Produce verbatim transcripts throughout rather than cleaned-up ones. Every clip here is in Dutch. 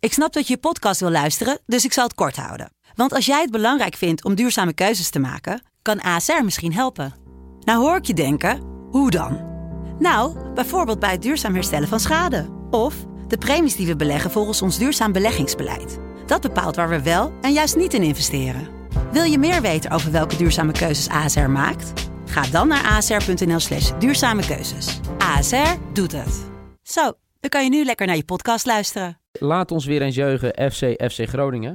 Ik snap dat je je podcast wil luisteren, dus ik zal het kort houden. Want als jij het belangrijk vindt om duurzame keuzes te maken, kan A S R misschien helpen. Nou hoor ik je denken, hoe dan? Nou, bijvoorbeeld bij het duurzaam herstellen van schade. Of de premies die we beleggen volgens ons duurzaam beleggingsbeleid. Dat bepaalt waar we wel en juist niet in investeren. Wil je meer weten over welke duurzame keuzes A S R maakt? Ga dan naar asr.nl slash duurzame keuzes. A S R doet het. Zo, dan kan je nu lekker naar je podcast luisteren. Laat ons weer eens juichen, F C F C Groningen.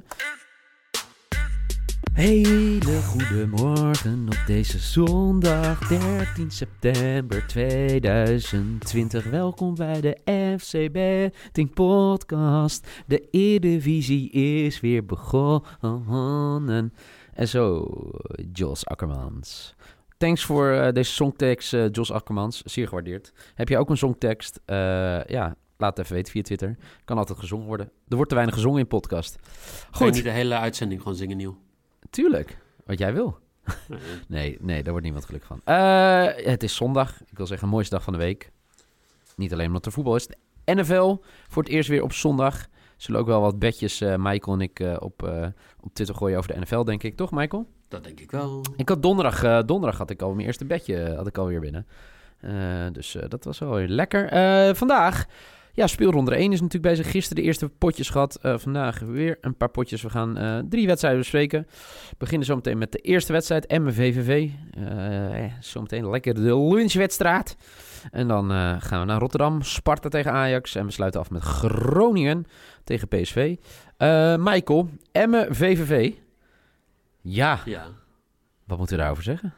Hele goede morgen op deze zondag dertien september tweeduizend twintig. Welkom bij de F C Betting Podcast. De Eredivisie is weer begonnen. En zo, Jos Akkermans. Thanks voor uh, deze songtekst, uh, Jos Akkermans. Zeer gewaardeerd. Heb je ook een songtekst? Uh, ja, laat het even weten via Twitter. Kan altijd gezongen worden. Er wordt te weinig gezongen in podcast. Goed. Kan je niet de hele uitzending gewoon zingen, Niel? Tuurlijk, wat jij wil. nee, nee, daar wordt niemand gelukkig van. Uh, het is zondag. Ik wil zeggen, de mooiste dag van de week. Niet alleen omdat er voetbal is. De N F L voor het eerst weer op zondag. Zullen ook wel wat bedjes, uh, Michael en ik, uh, op, uh, op Twitter gooien over de N F L, denk ik. Toch, Michael? Dat denk ik wel. Ik had donderdag, uh, donderdag had ik al mijn eerste bedje had ik alweer binnen. Uh, dus uh, dat was wel weer lekker. Uh, vandaag, ja, speelronde één is natuurlijk bezig. Gisteren de eerste potjes gehad. Uh, vandaag weer een paar potjes. We gaan uh, drie wedstrijden bespreken. We beginnen zometeen met de eerste wedstrijd, Emmen V V V. Uh, eh, zometeen lekker de lunchwedstrijd. En dan uh, gaan we naar Rotterdam, Sparta tegen Ajax. En we sluiten af met Groningen tegen P S V. Uh, Michael, Emmen V V V. Ja. ja, wat moeten we daarover zeggen?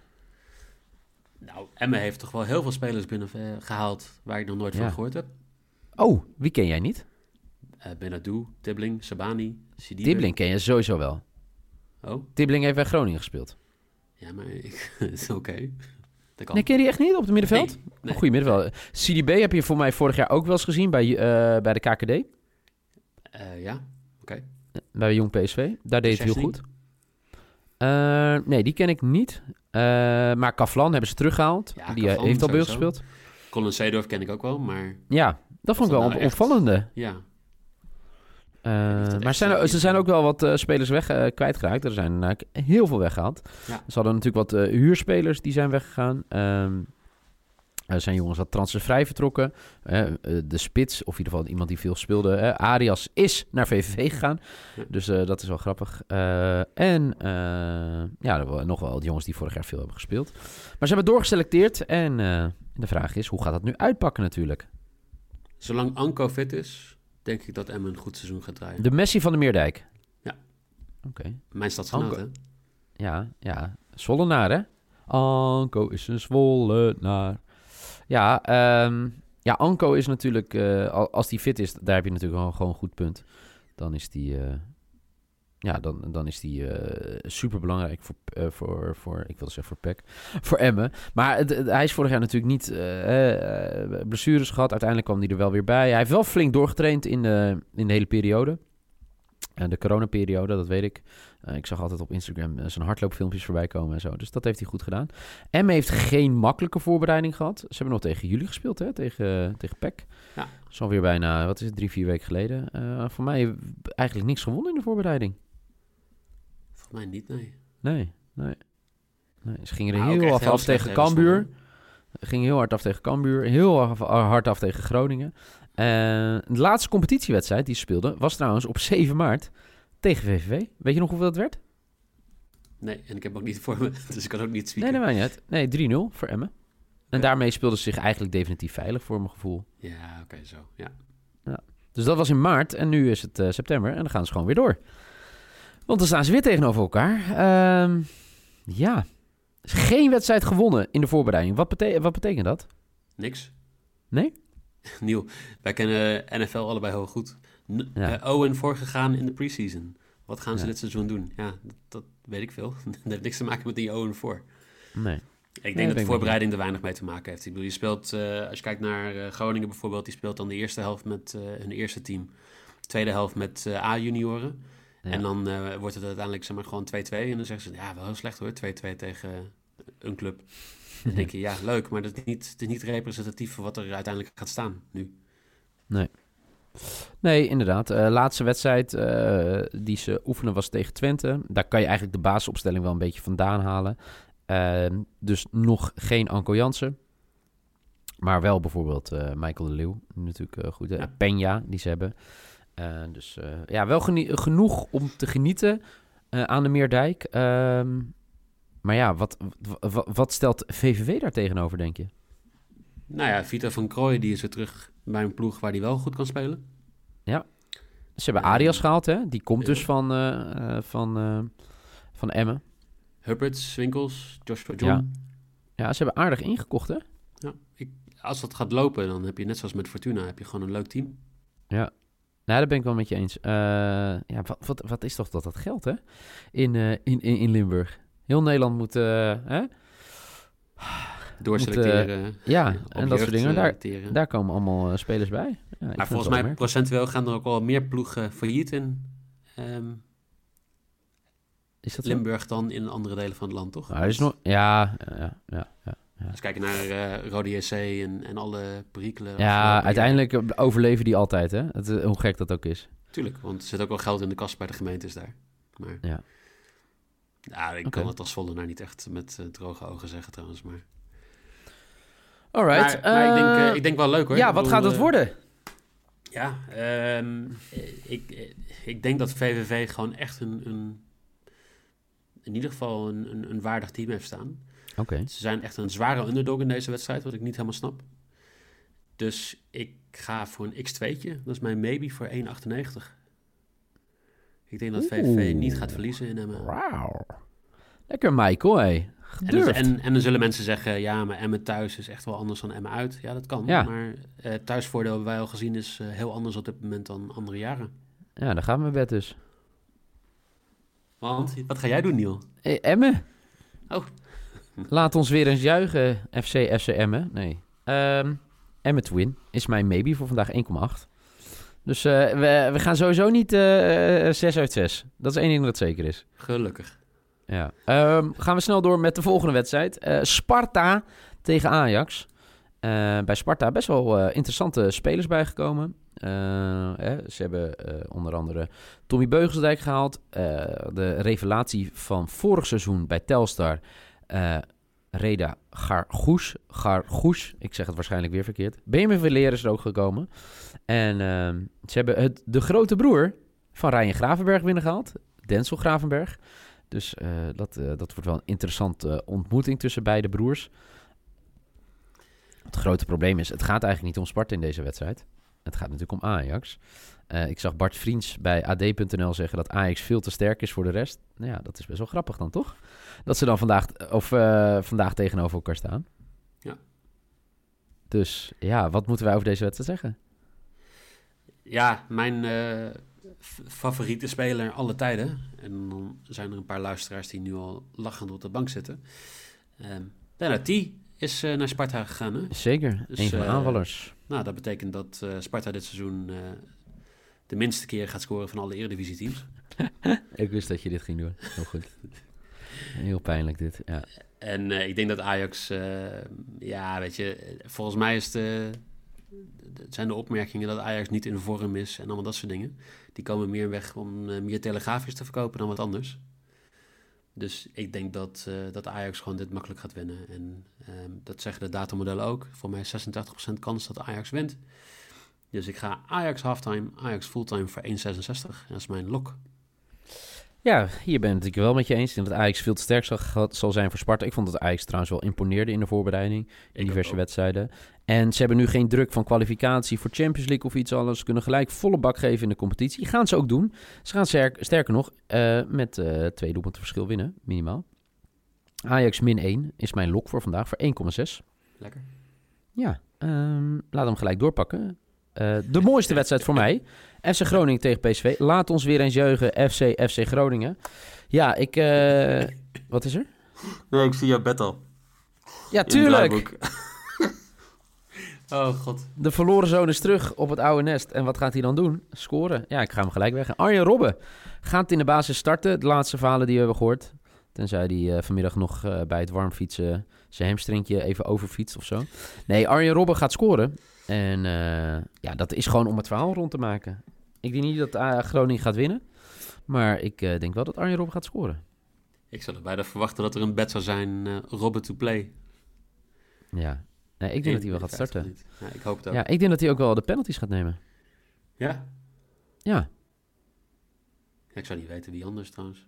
Nou, Emmen heeft toch wel heel veel spelers binnen uh, gehaald waar ik nog nooit ja. van gehoord heb. Oh, wie ken jij niet? Uh, Benadou, Tibbling, Sabani, Sidibe. Tibbling ken je sowieso wel. Oh? Tibbling heeft bij Groningen gespeeld. Ja, maar ik, oké. Okay. Nee, ken je die echt niet op het middenveld? Nee, nee. Goeie middenveld. Sidibe heb je voor mij vorig jaar ook wel eens gezien bij, uh, bij de K K D. Uh, ja, oké. Okay. Bij Jong P S V. Daar deed het heel goed. Uh, nee, die ken ik niet. Uh, maar Kaflan hebben ze teruggehaald. Ja, die Kaflan, heeft al bij ons sowieso. gespeeld. Colin Seedorf ken ik ook wel, maar... Ja, dat vond ik wel nou een echt... opvallende. Ja. Uh, maar zijn er, ze zijn ook wel wat uh, spelers weg uh, kwijtgeraakt. Er zijn uh, heel veel weggehaald. Ja. Ze hadden natuurlijk wat uh, huurspelers die zijn weggegaan. Um, er zijn jongens wat transfervrij vertrokken. Uh, uh, de spits, of in ieder geval iemand die veel speelde. Uh, Arias is naar V V V gegaan. Ja. Dus uh, dat is wel grappig. Uh, en uh, ja, er waren nog wel jongens die vorig jaar veel hebben gespeeld. Maar ze hebben doorgeselecteerd. En uh, de vraag is, hoe gaat dat nu uitpakken natuurlijk? Zolang Anko fit is, denk ik dat Emmen een goed seizoen gaat draaien. De Messi van de Meerdijk? Ja. Oké. Okay. Mijn stadsgenoot, hè? Ja, ja. Zwollenaar, hè? Anko is een Zwollenaar. Ja, um, ja, Anko is natuurlijk... Uh, als die fit is, daar heb je natuurlijk gewoon, gewoon een goed punt. Dan is die... Uh, ja, dan, dan is die uh, super belangrijk voor, uh, voor, voor... Ik wilde zeggen voor P E C. Voor Emmen. Maar het, het, hij is vorig jaar natuurlijk niet... Uh, uh, blessures gehad. Uiteindelijk kwam hij er wel weer bij. Hij heeft wel flink doorgetraind in de, in de hele periode. Uh, de coronaperiode, dat weet ik. Uh, ik zag altijd op Instagram uh, zijn hardloopfilmpjes voorbij komen en zo. Dus dat heeft hij goed gedaan. Emmen heeft geen makkelijke voorbereiding gehad. Ze hebben nog tegen jullie gespeeld, hè? Tegen, uh, tegen P E C. Ja. Dat is alweer bijna, wat is het, drie, vier weken geleden. Uh, voor mij eigenlijk niks gewonnen in de voorbereiding. Voor mij niet, nee. Nee, nee. nee. Ze gingen er nou, heel hard af, af tegen Cambuur. Gingen heel hard af tegen Cambuur. Heel hard af tegen Groningen. Uh, de laatste competitiewedstrijd die ze speelden was trouwens op zeven maart tegen V V V. Weet je nog hoeveel het werd? Nee, en ik heb ook niet voor me, dus ik kan ook niet spieken. Nee, dat weet je het. Nee, drie nul voor Emmen. En ja. daarmee speelden ze zich eigenlijk definitief veilig voor mijn gevoel. Ja, oké, okay, zo, ja. ja. Dus dat was in maart en nu is het uh, september en dan gaan ze gewoon weer door. Want dan staan ze weer tegenover elkaar. Uh, ja, geen wedstrijd gewonnen in de voorbereiding. Wat, bete- wat betekent dat? Niks. Nee? Niel, wij kennen N F L allebei heel goed. N- ja. uh, oh en voorgegaan in de preseason. Wat gaan ze ja. dit seizoen doen? Ja, dat, dat weet ik veel. Dat heeft niks te maken met die oh en voor. Nee. Ik denk nee, dat de voorbereiding er weinig mee te maken heeft. Ik bedoel, je speelt, uh, als je kijkt naar uh, Groningen bijvoorbeeld, die speelt dan de eerste helft met uh, hun eerste team. De tweede helft met uh, A-junioren. Ja. En dan uh, wordt het uiteindelijk zeg maar gewoon twee-twee. En dan zeggen ze, ja, wel heel slecht hoor, twee-twee tegen uh, een club. Dan denk je, ja, leuk, maar dat is niet, het is niet representatief voor wat er uiteindelijk gaat staan nu. Nee. Nee, inderdaad. Uh, laatste wedstrijd uh, die ze oefenen was tegen Twente. Daar kan je eigenlijk de basisopstelling wel een beetje vandaan halen. Uh, dus nog geen Anko Jansen. Maar wel bijvoorbeeld uh, Michael de Leeuw. Natuurlijk uh, goed. Uh, ja. Peña, die ze hebben. Uh, dus uh, ja, wel genie- genoeg om te genieten uh, aan de Meerdijk. Uh, maar ja, wat, wat, wat stelt V V V daar tegenover, denk je? Nou ja, Vita van Krooij, die is weer terug bij een ploeg waar hij wel goed kan spelen. Ja. Ze hebben Arias gehaald, hè? Die komt ja. dus van, uh, uh, van, uh, van Emmen. Hupperts, Winkels, Joshua John. Ja. ja, ze hebben aardig ingekocht, hè? Ja, ik, als dat gaat lopen, dan heb je net zoals met Fortuna, heb je gewoon een leuk team. Ja, nou, daar ben ik wel met je eens. Uh, ja, wat, wat, wat is toch dat, dat geld, hè? In, uh, in, in, in Limburg. Heel Nederland moet... Uh, hè? Doorselecteren. Moet, uh, ja, en dat soort dingen. Daar, daar komen allemaal uh, spelers bij. Ja, maar volgens mij procentueel gaan er ook al meer ploegen failliet in um, is dat Limburg zo? Dan in andere delen van het land, toch? Nou, is nog, ja, ja, ja, ja. Ja. Als kijken naar uh, Rode J C en, en alle perikelen. Ja, uiteindelijk jaar. overleven die altijd, hè? Het, hoe gek dat ook is. Tuurlijk, want er zit ook wel geld in de kas bij de gemeentes daar. Maar ja, ja ik okay. kan het als Vollenaar niet echt met uh, droge ogen zeggen trouwens, maar... Alright. Maar, maar uh, ik, denk, uh, ik denk wel leuk, hoor. Ja, ik wat bedoel, gaat het uh, worden? Ja, um, ik, ik denk dat V V V gewoon echt een... een in ieder geval een, een, een waardig team heeft staan. Okay. Ze zijn echt een zware underdog in deze wedstrijd, wat ik niet helemaal snap. Dus ik ga voor een x twee'tje. Dat is mijn maybe voor één komma achtennegentig. Ik denk dat V V V niet gaat verliezen in Emmen. Wauw. Lekker, Michael, hé. En, en, en dan zullen mensen zeggen... ja, maar Emmen thuis is echt wel anders dan Emmen uit. Ja, dat kan. Ja. Maar uh, thuisvoordeel hebben wij al gezien... is uh, heel anders op dit moment dan andere jaren. Ja, dan gaan we bed dus. Want, wat ga jij doen, Niel? Hey, Emmen. Oh. Laat ons weer eens juichen, F C F C Emmen. Nee. Um, Emmen to win is mijn maybe voor vandaag één komma acht. Dus uh, we, we gaan sowieso niet uh, zes uit zes. Dat is één ding dat zeker is. Gelukkig. Ja. Um, gaan we snel door met de volgende wedstrijd. Uh, Sparta tegen Ajax. Uh, bij Sparta best wel uh, interessante spelers bijgekomen. Uh, eh, ze hebben uh, onder andere Tommy Beugelsdijk gehaald. Uh, de revelatie van vorig seizoen bij Telstar. Uh, Reda Gargoes. Gargoes. Ik zeg het waarschijnlijk weer verkeerd. Benjamin Verleer is er ook gekomen. En uh, ze hebben het, de grote broer van Ryan Gravenberg binnengehaald. Denzel Gravenberg. Dus uh, dat, uh, dat wordt wel een interessante uh, ontmoeting tussen beide broers. Het grote probleem is, het gaat eigenlijk niet om Sparta in deze wedstrijd. Het gaat natuurlijk om Ajax. Uh, ik zag Bart Vriends bij A D punt N L zeggen dat Ajax veel te sterk is voor de rest. Nou ja, dat is best wel grappig dan, toch? Dat ze dan vandaag, of, uh, vandaag tegenover elkaar staan. Ja. Dus ja, wat moeten wij over deze wedstrijd zeggen? Ja, mijn uh, f- favoriete speler alle tijden. En dan zijn er een paar luisteraars die nu al lachend op de bank zitten. Um, Benati is uh, naar Sparta gegaan, hè? Zeker, dus, een van de uh, aanvallers. Nou, dat betekent dat uh, Sparta dit seizoen uh, de minste keer gaat scoren van alle Eredivisie-teams. Ik wist dat je dit ging doen. Heel goed. Heel pijnlijk dit, ja. En uh, ik denk dat Ajax, uh, ja, weet je, volgens mij is de, de, zijn de opmerkingen dat Ajax niet in vorm is en allemaal dat soort dingen. Die komen meer weg om uh, meer telegrafisch te verkopen dan wat anders. Dus ik denk dat, uh, dat Ajax gewoon dit makkelijk gaat winnen. En um, dat zeggen de datamodellen ook. Voor mij zesentachtig procent kans dat Ajax wint. Dus ik ga Ajax halftime, Ajax fulltime voor één komma zesenzestig. Dat is mijn lok. Ja, hier ben ik het wel met je eens. Ik denk dat Ajax veel te sterk zal, zal zijn voor Sparta. Ik vond dat Ajax trouwens wel imponeerde in de voorbereiding. In ik diverse wedstrijden. En ze hebben nu geen druk van kwalificatie voor Champions League of iets anders. Ze kunnen gelijk volle bak geven in de competitie. Gaan ze ook doen. Ze gaan sterk, sterker nog uh, met uh, twee doelpunten verschil winnen, minimaal. Ajax min één is mijn lok voor vandaag voor één komma zes. Lekker. Ja, um, laat hem gelijk doorpakken. Uh, de mooiste wedstrijd voor mij. F C Groningen tegen P S V. Laat ons weer eens juichen. F C, F C Groningen. Ja, ik... Uh, wat is er? Nee, ik zie jouw bed al. Ja, tuurlijk. Oh, god. De verloren zoon is terug op het oude nest. En wat gaat hij dan doen? Scoren. Ja, ik ga hem gelijk weg. Arjen Robben gaat in de basis starten. De laatste verhalen die we hebben gehoord. Het Tenzij hij uh, vanmiddag nog uh, bij het warm fietsen zijn hamstringje even overfietst of zo. Nee, Arjen Robben gaat scoren. En uh, ja, dat is gewoon om het verhaal rond te maken. Ik denk niet dat uh, Groningen gaat winnen. Maar ik uh, denk wel dat Arjen Robben gaat scoren. Ik zou er bijna verwachten dat er een bet zou zijn, uh, Robben to play. Ja, nee, ik denk dat hij wel gaat starten. Ja, ik hoop het ook. Ja, ik denk dat hij ook wel de penalties gaat nemen. Ja? Ja. Ik zou niet weten wie anders trouwens.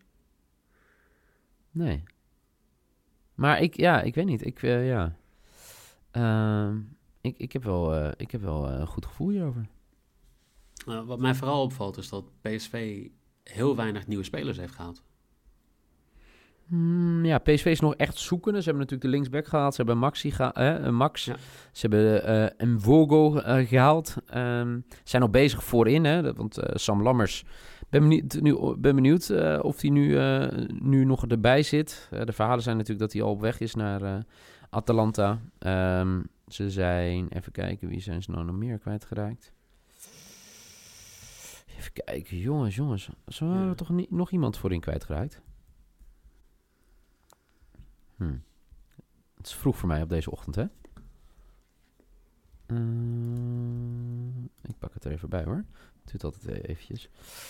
Nee. Maar ik, ja, ik weet niet. Ik, uh, ja. Uh, ik, ik heb wel, uh, ik heb wel uh, een goed gevoel hierover. Uh, wat mij vooral opvalt is dat P S V heel weinig nieuwe spelers heeft gehaald. Hmm, ja, P S V is nog echt zoekende. Ze hebben natuurlijk de linksback gehaald. Ze hebben Maxi geha- eh, Max. Ja. Ze hebben uh, Mvogo uh, gehaald. Um, zijn nog bezig voorin. Hè? Want uh, Sam Lammers... Ben benieuwd, nu, ben benieuwd uh, of hij nu, uh, nu nog erbij zit. Uh, de verhalen zijn natuurlijk dat hij al op weg is naar uh, Atalanta. Um, ze zijn... Even kijken, wie zijn ze nou nog meer kwijtgeraakt? Even kijken, jongens, jongens. Zo waren er toch niet, nog iemand voorin kwijtgeraakt? Hm. Het is vroeg voor mij op deze ochtend, hè? Uh, ik pak het er even bij, hoor. Het duurt altijd eventjes.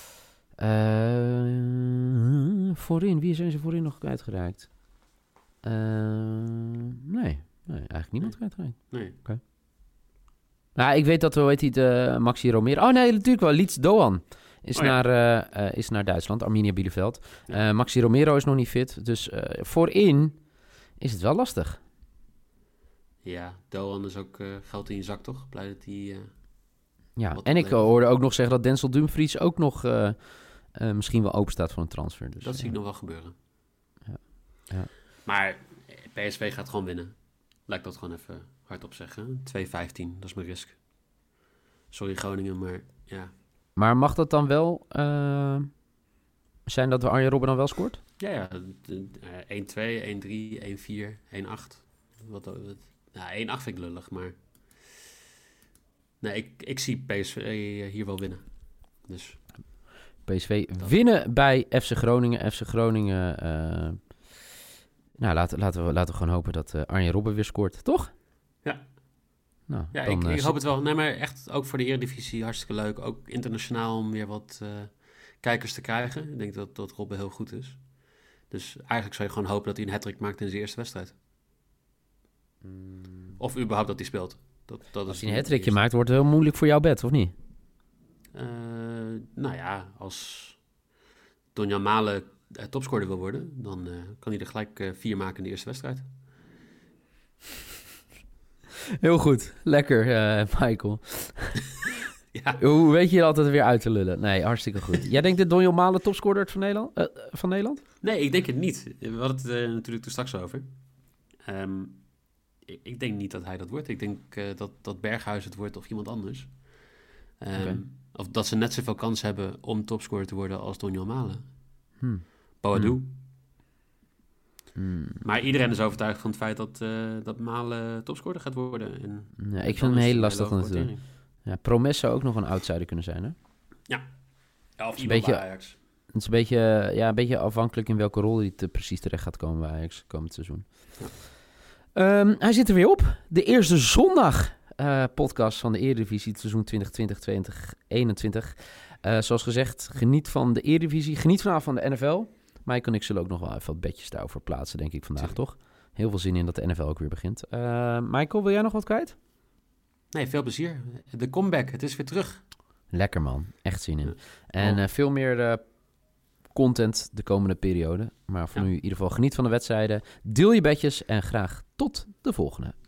Uh, voorin, wie zijn ze voorin nog kwijtgeraakt? Uh, nee, nee, eigenlijk niemand kwijtgeraakt. Nee. Oké. Okay. Nou, ik weet dat, hoe heet hij, de Maxi Romero... Oh nee, natuurlijk wel, Leeds Doan is, oh, ja. naar, uh, uh, is naar Duitsland, Arminia Bielefeld. Ja. Uh, Maxi Romero is nog niet fit, dus uh, voorin is het wel lastig. Ja, Doan is ook uh, geld in je zak, toch? Blij dat hij... Uh, ja, en ik hoorde ook nog zeggen dat Denzel Dumfries ook nog... Uh, Uh, misschien wel open staat voor een transfer. Dus, dat zie ja. ik nog wel gebeuren. Ja. Ja. Maar P S V gaat gewoon winnen. Laat ik dat gewoon even hardop zeggen. twee vijftien, dat is mijn risk. Sorry Groningen, maar ja. Maar mag dat dan wel uh, zijn dat we Arjen Robben dan wel scoort? Ja, ja. één twee, één drie, één vier, één acht. Wat, wat, ja, één acht vind ik lullig, maar... Nee, ik, ik zie P S V hier wel winnen. Dus... P S V winnen bij F C Groningen. F C Groningen... Uh, nou, laten, laten, we, laten we gewoon hopen dat uh, Arjen Robben weer scoort, toch? Ja. Nou, ja, dan, ik, uh, ik hoop het wel. Nee, maar echt ook voor de Eredivisie hartstikke leuk. Ook internationaal om weer wat uh, kijkers te krijgen. Ik denk dat, dat Robben heel goed is. Dus eigenlijk zou je gewoon hopen dat hij een hat-trick maakt in zijn eerste wedstrijd. Mm. Of überhaupt dat hij speelt. Dat, dat Als hij een hat-trickje maakt, wordt het heel moeilijk voor jouw bed, of niet? Uh, nou ja, als Donjan Malen uh, topscorer wil worden, dan uh, kan hij er gelijk uh, vier maken in de eerste wedstrijd. Heel goed. Lekker, uh, Michael. Ja. Hoe weet je je altijd weer uit te lullen? Nee, hartstikke goed. Jij denkt dat Donjan Malen topscorer wordt van Nederland? Uh, van Nederland? Nee, ik denk het niet. We hadden het uh, natuurlijk toen straks over. Um, ik, ik denk niet dat hij dat wordt. Ik denk uh, dat, dat Berghuis het wordt of iemand anders. Um, okay. Of dat ze net zoveel kans hebben om topscorer te worden als Donjan Malen. Hmm. Boadu. Hmm. Hmm. Maar iedereen is overtuigd van het feit dat, uh, dat Malen topscorer gaat worden. En ja, ik vind hem heel lastig om te doen. Ja, Promes zou ook nog een outsider kunnen zijn, hè? Ja. ja of een beetje, Ajax. Het is een beetje, ja, een beetje afhankelijk in welke rol hij te, precies terecht gaat komen bij Ajax komend seizoen. Ja. Um, hij zit er weer op. De eerste zondag uh, podcast van de Eredivisie, het seizoen twintig twintig twintig eenentwintig. Uh, zoals gezegd, geniet van de Eredivisie. Geniet vanavond van de N F L. Mike en ik zullen ook nog wel even wat bedjes daarover plaatsen, denk ik vandaag, Tuurlijk. toch? Heel veel zin in dat de N F L ook weer begint. Uh, Michael, wil jij nog wat kwijt? Nee, veel plezier. De comeback, het is weer terug. Lekker man, echt zin in. Ja. En oh. uh, veel meer uh, content de komende periode. Maar voor ja. nu in ieder geval geniet van de wedstrijden. Deel je bedjes en graag tot de volgende.